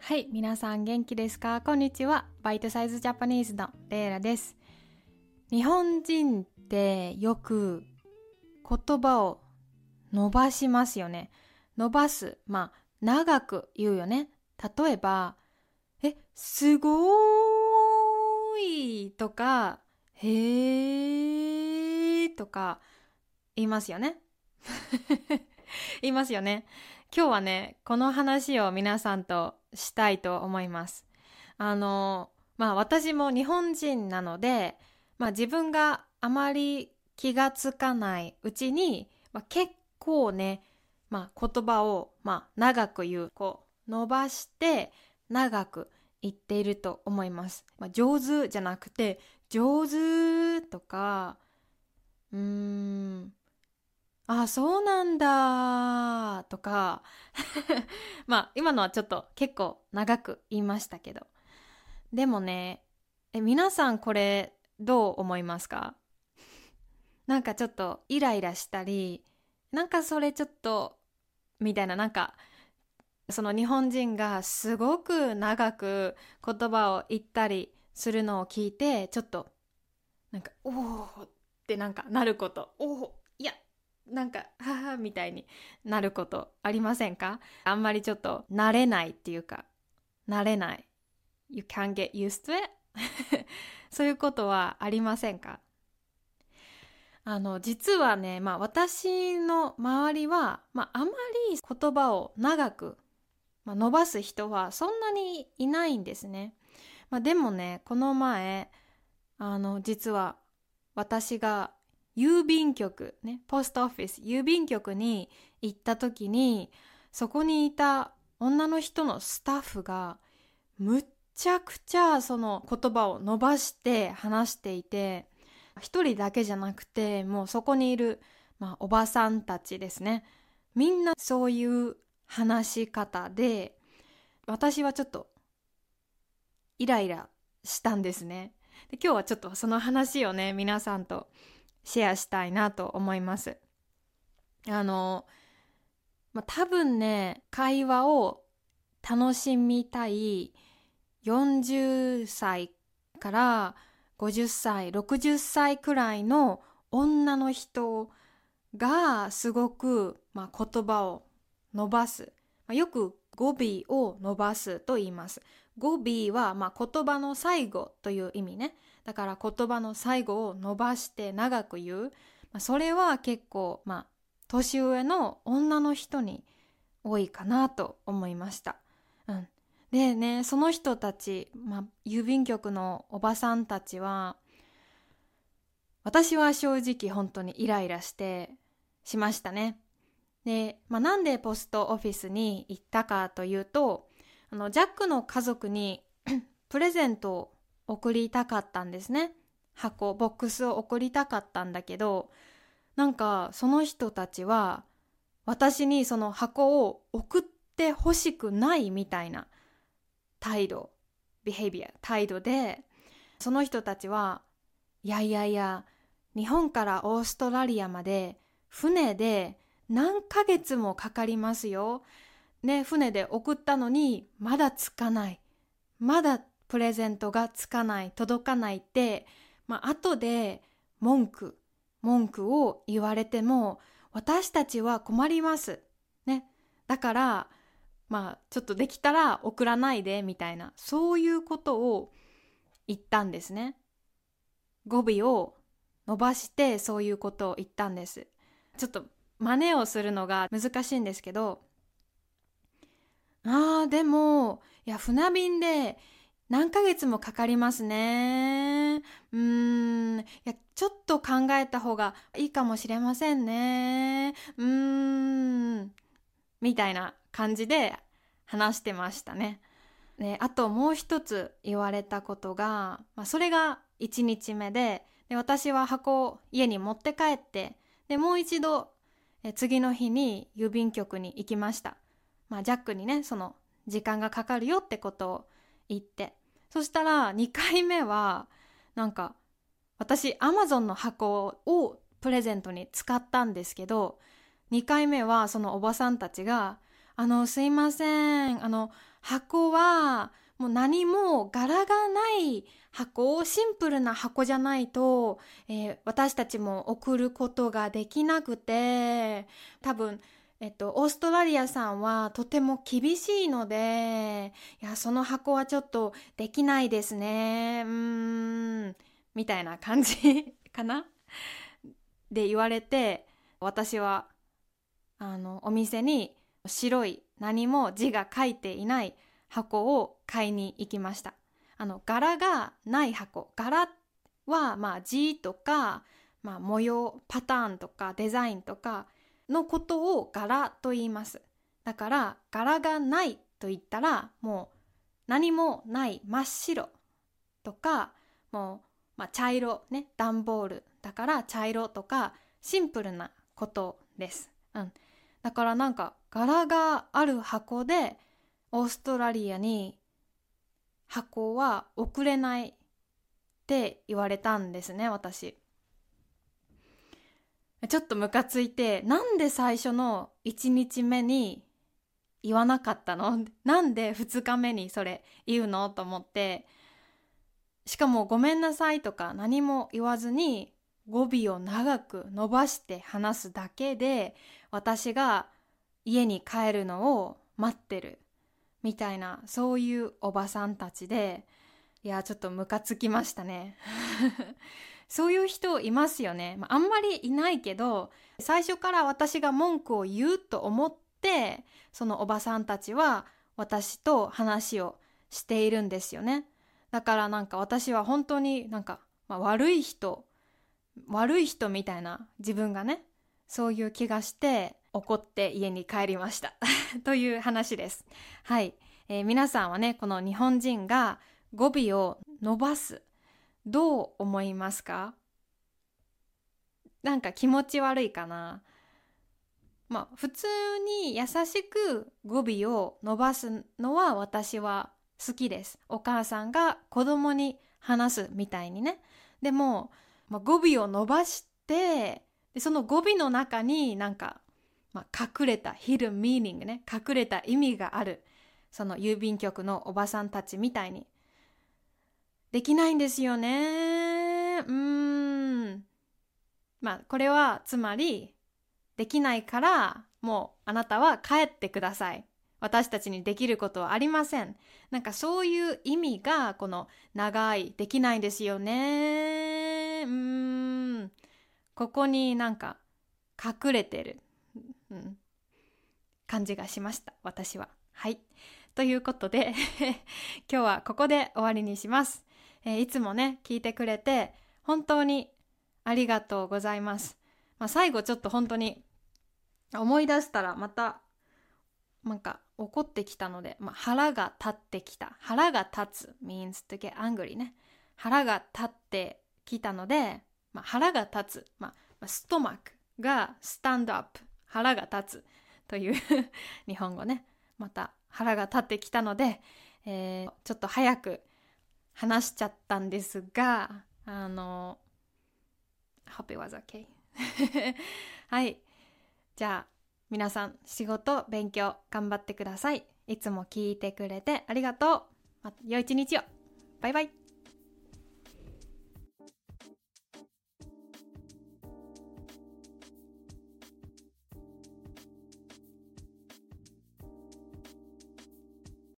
はい、皆さん元気ですか？こんにちは。バイトサイズジャパニーズのレイラです。日本人ってよく言葉を伸ばしますよね。伸ばす。長く言うよね。例えば、すごーいとか、へーとか言いますよね。言いますよね。今日はね、この話を皆さんとしたいと思います。私も日本人なので、自分があまり気がつかないうちに、結構ね、言葉を、長く言う、伸ばして長く言っていると思います。上手じゃなくて、上手とか、そうなんだとか今のはちょっと結構長く言いましたけど。でもね、皆さんこれどう思いますか？なんかちょっとイライラしたり、なんかそれちょっと、みたいな、その日本人がすごく長く言葉を言ったりするのを聞いて、ちょっと、おーってなること。おー、いや、ははみたいになることありませんか？あんまりちょっと慣れないっていうか、慣れない。You can't get used to it そういうことはありませんか？実はね、私の周りは、あまり言葉を長く、伸ばす人はそんなにいないんですね。でもね、この前、実は私が郵便局ね、ポストオフィス、郵便局に行った時に、そこにいた女の人のスタッフがむっちゃくちゃその言葉を伸ばして話していて、一人だけじゃなくて、もうそこにいる、おばさんたちですね。みんなそういう話し方で、私はちょっとイライラしたんですね。で、今日はちょっとその話をね、皆さんとシェアしたいなと思います。多分ね、会話を楽しみたい40歳から50歳、60歳くらいの女の人がすごく、言葉を伸ばす。よく語尾を伸ばすと言います。語尾は、言葉の最後という意味ね。だから言葉の最後を伸ばして長く言う。それは結構、年上の女の人に多いかなと思いました。でね、その人たち、郵便局のおばさんたちは、私は正直本当にイライラしましたね。で、なんでポストオフィスに行ったかというと、ジャックの家族にプレゼントを送りたかったんですね。ボックスを送りたかったんだけど、その人たちは私にその箱を送ってほしくないみたいな態度で、その人たちは、いやいやいや、日本からオーストラリアまで船で何ヶ月もかかりますよ。ね、船で送ったのにまだつかない。まだプレゼントがつかない、届かないって、後で文句を言われても私たちは困ります。ね。だから、ちょっとできたら送らないでみたいな、そういうことを言ったんですね。語尾を伸ばしてそういうことを言ったんです。ちょっと真似をするのが難しいんですけど、でも、いや、船便で何ヶ月もかかりますね。いや、ちょっと考えた方がいいかもしれませんね。みたいな感じで話してましたね。で、あともう一つ言われたことが、それが1日目で、私は箱を家に持って帰って、で、もう一度、次の日に郵便局に行きました。ジャックにね、その時間がかかるよってことを言って。そしたら2回目は、私、アマゾンの箱をプレゼントに使ったんですけど、2回目はそのおばさんたちが、すいません、 箱はもう何も柄がない箱、シンプルな箱じゃないと、私たちも送ることができなくて、多分、オーストラリアさんはとても厳しいので、いや、その箱はちょっとできないですね。みたいな感じかなで言われて、私は、お店に白い何も字が書いていない箱を買いに行きました。柄がない箱。柄は、字とか、模様、パターンとかデザインとかのことを柄と言います。だから、柄がないと言ったら、もう何もない真っ白とか、もう、茶色ね、段ボールだから茶色とかシンプルなことです。だからなんか柄がある箱でオーストラリアに箱は送れないって言われたんですね、私。ちょっとムカついて、なんで最初の1日目に言わなかったの？なんで2日目にそれ言うのと思って、しかもごめんなさいとか何も言わずに語尾を長く伸ばして話すだけで、私が家に帰るのを待ってるみたいな、そういうおばさんたちで、いや、ちょっとムカつきましたね。そういう人いますよね。あんまりいないけど、最初から私が文句を言うと思って、そのおばさんたちは私と話をしているんですよね。だからなんか私は本当になんか、悪い人みたいな自分がね、そういう気がして怒って家に帰りましたという話です。はい、皆さんはね、この日本人が語尾を伸ばす、どう思いますか？なんか気持ち悪いかな？普通に優しく語尾を伸ばすのは私は好きです。お母さんが子供に話すみたいにね。でも、語尾を伸ばして、でその語尾の中になんか、隠れたhidden meaningね、隠れた意味がある。その郵便局のおばさんたちみたいに。できないんですよね。これはつまり、できないから、もうあなたは帰ってください。私たちにできることはありません。なんかそういう意味が、この長い、できないんですよね。ここになんか隠れてる、感じがしました、私は。はい。ということで、今日はここで終わりにします。いつもね、聞いてくれて、本当にありがとうございます。最後ちょっと本当に思い出したらまたなんか怒ってきたので、腹が立ってきた。腹が立つ means to get angry ね。腹が立ってきたので、腹が立つ。ストマックが stand up。腹が立つという日本語ね。また腹が立ってきたので、ちょっと早く話しちゃったんですが、hope it was okay はい。じゃあ皆さん仕事勉強頑張ってください。いつも聞いてくれてありがとう。良い一日を。バイバイ。